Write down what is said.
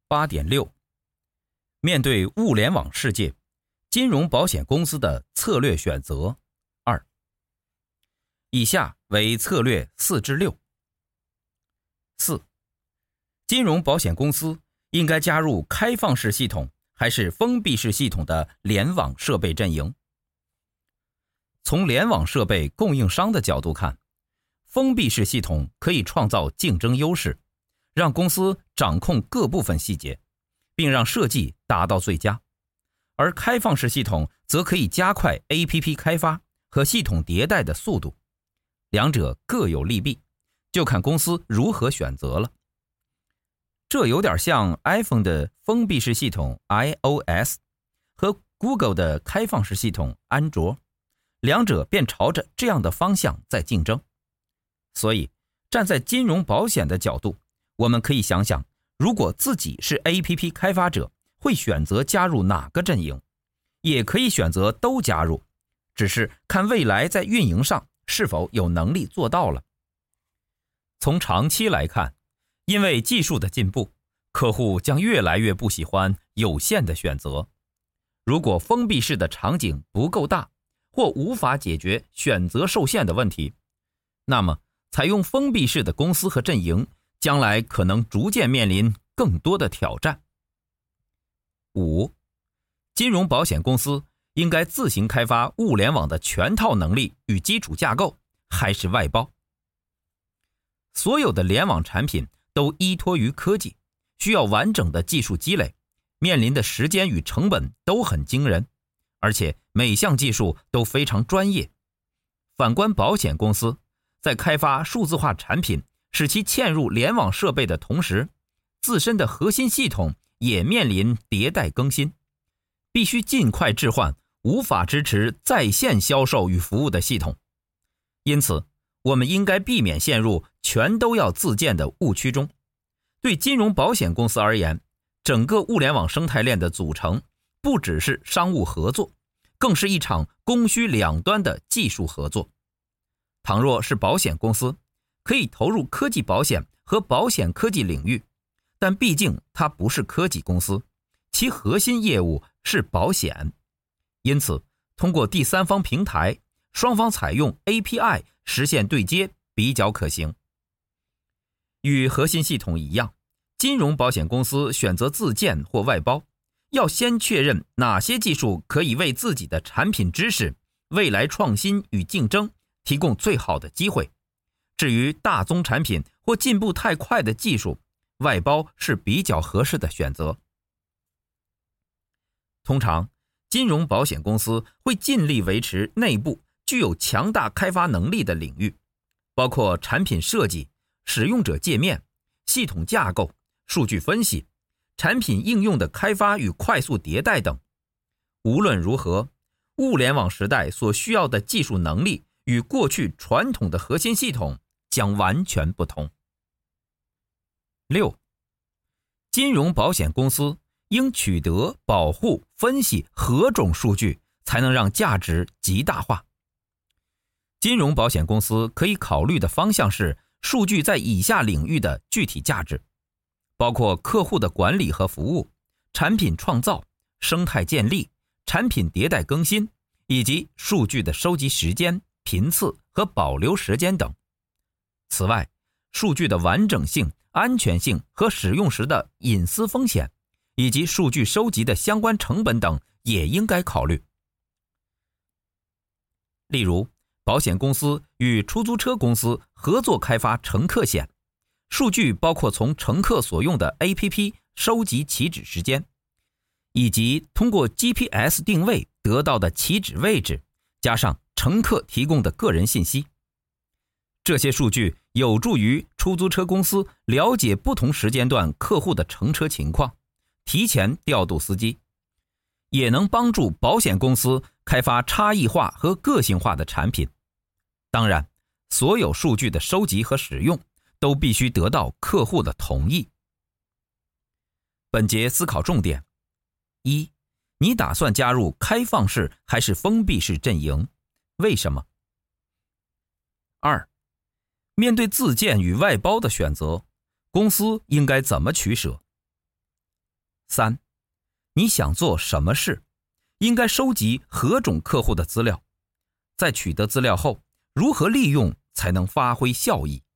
8.6 面对物联网世界，金融保险公司的策略选择2。以下为策略4至6。4. 金融保险公司应该加入开放式系统还是封闭式系统的联网设备阵营？从联网设备供应商的角度看，封闭式系统可以创造竞争优势，让公司掌控各部分细节，并让设计达到最佳。而开放式系统则可以加快 APP 开发和系统迭代的速度，两者各有利弊，就看公司如何选择了。这有点像 iPhone 的封闭式系统 iOS 和 Google 的开放式系统安卓，两者便朝着这样的方向在竞争。所以站在金融保险的角度，我们可以想想，如果自己是 APP 开发者，会选择加入哪个阵营？也可以选择都加入，只是看未来在运营上是否有能力做到了。从长期来看，因为技术的进步，客户将越来越不喜欢有限的选择。如果封闭式的场景不够大，或无法解决选择受限的问题，那么采用封闭式的公司和阵营将来可能逐渐面临更多的挑战。5. 金融保险公司应该自行开发物联网的全套能力与基础架构，还是外包？所有的联网产品都依托于科技，需要完整的技术积累，面临的时间与成本都很惊人，而且每项技术都非常专业。反观保险公司，在开发数字化产品，使其嵌入联网设备的同时，自身的核心系统也面临迭代更新，必须尽快置换无法支持在线销售与服务的系统。因此，我们应该避免陷入全都要自建的误区中。对金融保险公司而言，整个物联网生态链的组成不只是商务合作，更是一场供需两端的技术合作。倘若是保险公司，可以投入科技保险和保险科技领域，但毕竟它不是科技公司，其核心业务是保险。因此，通过第三方平台，双方采用 API 实现对接比较可行。与核心系统一样，金融保险公司选择自建或外包，要先确认哪些技术可以为自己的产品知识、未来创新与竞争提供最好的机会。至于大宗产品或进步太快的技术，外包是比较合适的选择。通常，金融保险公司会尽力维持内部具有强大开发能力的领域，包括产品设计、使用者界面、系统架构、数据分析、产品应用的开发与快速迭代等。无论如何，物联网时代所需要的技术能力与过去传统的核心系统将完全不同。6. 金融保险公司应取得、保护、分析何种数据才能让价值极大化？金融保险公司可以考虑的方向是数据在以下领域的具体价值，包括客户的管理和服务、产品创造、生态建立、产品迭代更新，以及数据的收集时间、频次和保留时间等。此外，数据的完整性、安全性和使用时的隐私风险，以及数据收集的相关成本等也应该考虑。例如，保险公司与出租车公司合作开发乘客险，数据包括从乘客所用的 APP 收集起止时间，以及通过 GPS 定位得到的起止位置，加上乘客提供的个人信息。这些数据有助于出租车公司了解不同时间段客户的乘车情况，提前调度司机，也能帮助保险公司开发差异化和个性化的产品。当然，所有数据的收集和使用都必须得到客户的同意。本节思考重点： 1. 你打算加入开放式还是封闭式阵营？为什么？ 2. 面对自建与外包的选择，公司应该怎么取舍？ 3. 你想做什么事？应该收集何种客户的资料？在取得资料后，如何利用才能发挥效益？